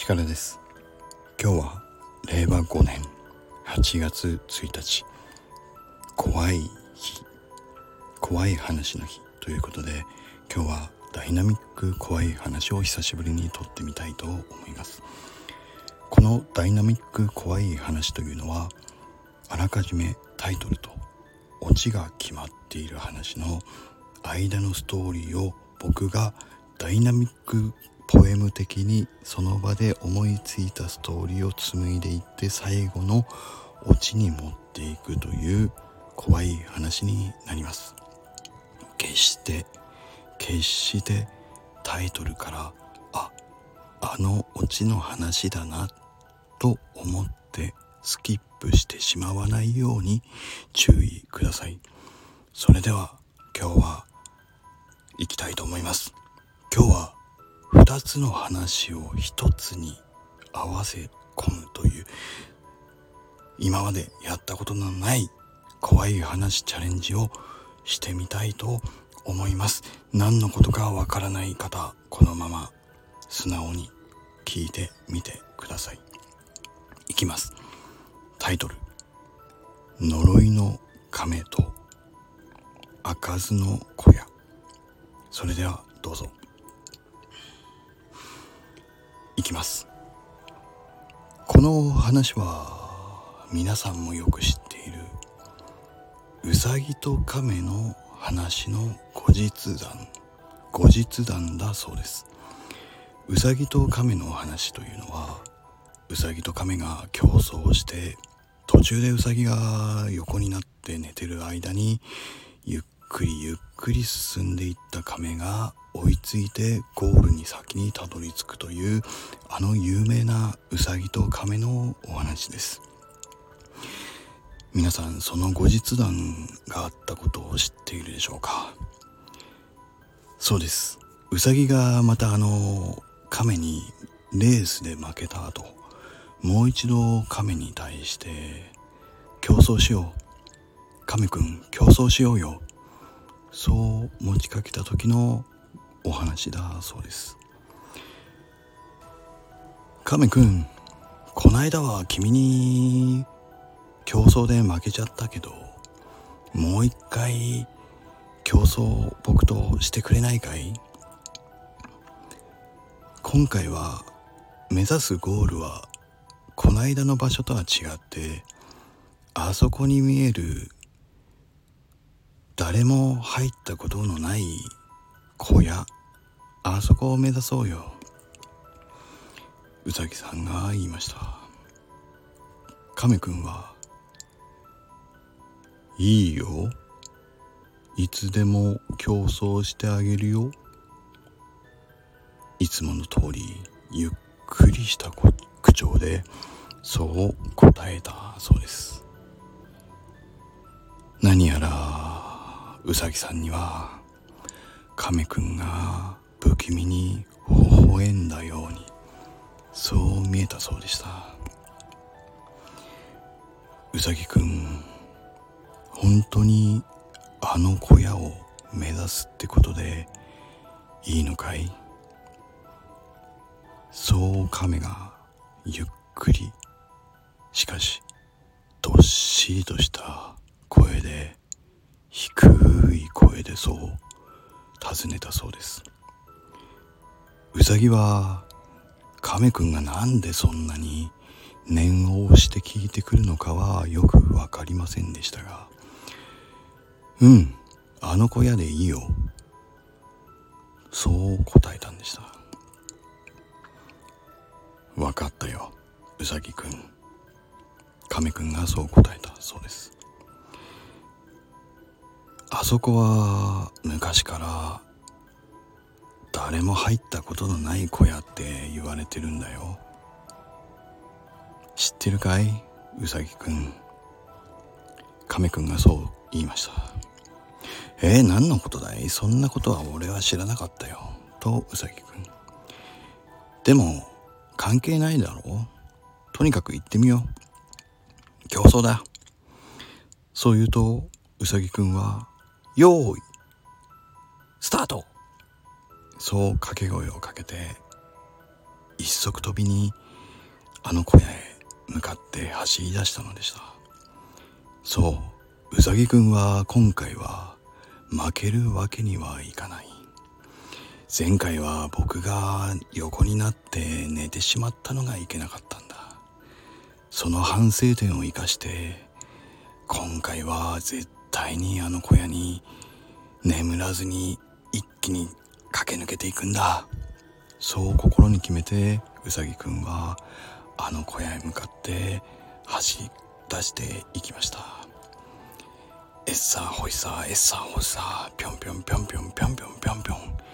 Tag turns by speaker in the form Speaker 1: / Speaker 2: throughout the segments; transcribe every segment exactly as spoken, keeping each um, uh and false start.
Speaker 1: チカラです。今日はれいわごねんはちがつついたち、怖い日、怖い話の日ということで、今日はダイナミック怖い話を久しぶりに撮ってみたいと思います。このダイナミック怖い話というのは、あらかじめタイトルとオチが決まっている話の間のストーリーを僕がダイナミックポエム的にその場で思いついたストーリーを紡いでいって最後のオチに持っていくという怖い話になります。決して決してタイトルからあ、あのオチの話だなと思ってスキップしてしまわないように注意ください。それでは今日は行きたいと思います。今日はふたつの話をひとつに合わせ込むという今までやったことのない怖い話チャレンジをしてみたいと思います。何のことかわからない方、このまま素直に聞いてみてください。いきます。タイトル、呪いの亀と開かずの小屋。それではどうぞ。いきます。この話は皆さんもよく知っているうさぎと亀の話の後日談後日談だそうです。うさぎと亀の話というのは、うさぎと亀が競争して途中でうさぎが横になって寝てる間にゆっくりゆっくり進んでいった亀が追いついてゴールに先にたどり着くというあの有名なうさぎと亀のお話です。皆さんその後日談があったことを知っているでしょうか。そうです。うさぎがまたあの亀にレースで負けた後、もう一度亀に対して競争しよう、亀くん競争しようよ、そう持ちかけた時のお話だそうです。亀くん、こないだは君に競争で負けちゃったけど、もう一回競争僕としてくれないかい？今回は目指すゴールはこないだの場所とは違って、あそこに見える誰も入ったことのない小屋、あそこを目指そうよ。うさぎさんが言いました。亀くんは、いいよ、いつでも競争してあげるよ。いつもの通りゆっくりした口調でそう答えたそうです。何やらうさぎさんには亀くんが不気味に微笑んだようにそう見えたそうでした。うさぎくん、本当にあの小屋を目指すってことでいいのかい？そう亀がゆっくり、しかしどっしりとした声で、低い声でそう尋ねたそうです。うさぎは亀くんがなんでそんなに念を押して聞いてくるのかはよくわかりませんでしたが、うん、あの小屋でいいよ、そう答えたんでした。わかったよ、うさぎくん。亀くんがそう答えたそうです。あそこは昔から誰も入ったことのない小屋って言われてるんだよ。知ってるかい、うさぎくん。亀くんがそう言いました。えー、何のことだい？そんなことは俺は知らなかったよ、とうさぎくん。でも関係ないだろう。とにかく行ってみよう。競争だ。そう言うとうさぎくんは、よーいスタート、そう掛け声をかけて一足飛びにあの小屋へ向かって走り出したのでした。そう、うさぎくんは今回は負けるわけにはいかない。前回は僕が横になって寝てしまったのがいけなかったんだ。その反省点を生かして今回は絶対にあの小屋に眠らずに一気に駆け抜けていくんだ。そう心に決めてうさぎくんはあの小屋へ向かって走り出していきました。エッサーホイサーエッサーホイサーぴょんぴょんぴょんぴょんぴょんぴょんぴょんぴょん。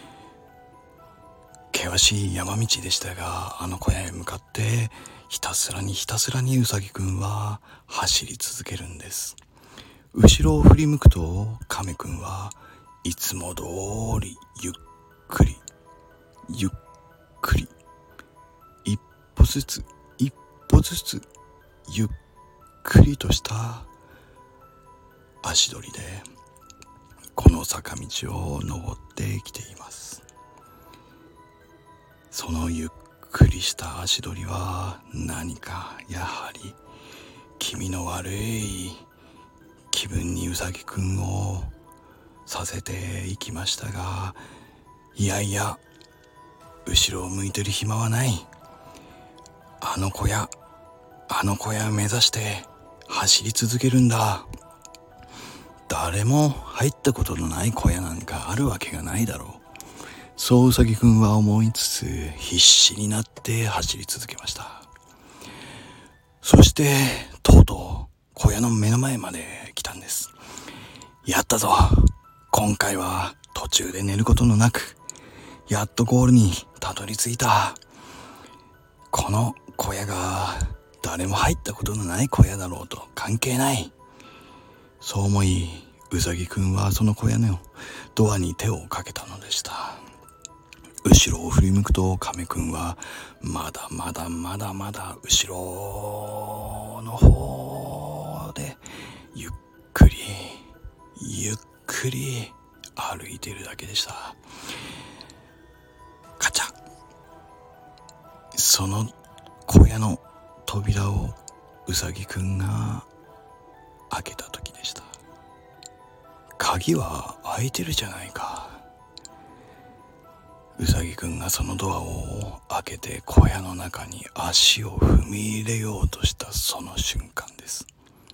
Speaker 1: 険しい山道でしたが、あの小屋へ向かってひたすらにひたすらにうさぎくんは走り続けるんです。後ろを振り向くとカメくんはいつも通りゆっくりゆっくり一歩ずつ一歩ずつゆっくりとした足取りでこの坂道を登ってきています。そのゆっくりした足取りは何かやはり気味の悪い気分にうさぎくんをさせていきましたが、いやいや後ろを向いてる暇はない。あの小屋あの小屋を目指して走り続けるんだ。誰も入ったことのない小屋なんかあるわけがないだろう。そううさぎくんは思いつつ必死になって走り続けました。そしてとうとう小屋の目の前まで来たんです。やったぞ、今回は途中で寝ることのなくやっとゴールにたどり着いた。この小屋が誰も入ったことのない小屋だろうと関係ない。そう思いうさぎくんはその小屋のドアに手をかけたのでした。後ろを振り向くとカメくんはまだまだまだまだ後ろの方でゆっくりゆっくり歩いているだけでした。カチャ、その小屋の扉をうさぎくんが開けた時でした。鍵は開いてるじゃないか。うさぎくんがそのドアを開けて小屋の中に足を踏み入れようとしたその瞬間です。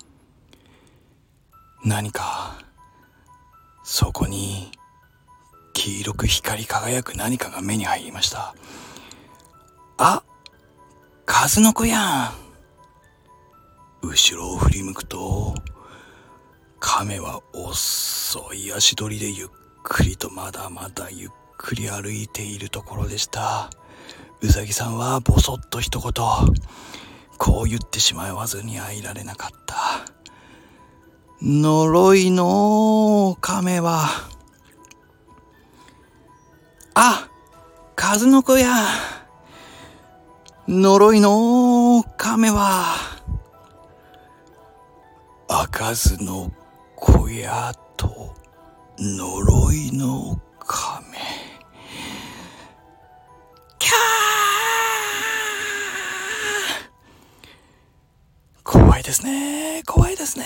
Speaker 1: 何かそこに黄色く光り輝く何かが目に入りました。あ、数の子やん。後ろを振り向くと亀は遅い足取りでゆっくりとまだまだゆっくり歩いているところでした。うさぎさんはボソッと一言こう言ってしまわずにはいられなかった。呪いの亀は、あ、数の子や。呪いの亀は開かずの小屋と呪いの亀。キャー、怖いですね、怖いですね。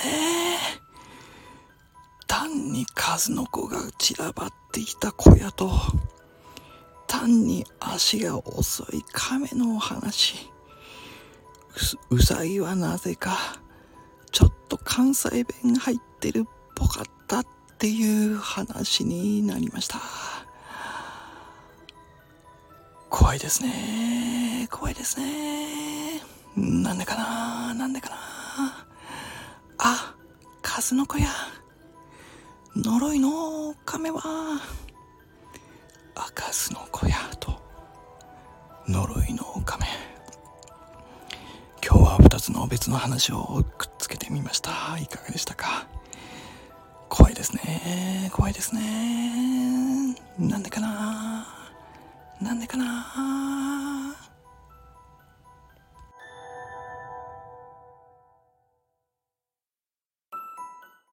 Speaker 1: 単に数の子が散らばっていた小屋と単に足が遅い亀のお話。う, うさぎはなぜかちょっと関西弁入ってるっぽかったっていう話になりました。怖いですね、怖いですね。なんでかな、なんでかな。あ、数の子や。呪いの亀は開かずの小屋と呪いの亀。今日はふたつの別の話をくっつけてみました。いかがでしたか。怖いですね、怖いですね。なんでかな、なんでかな。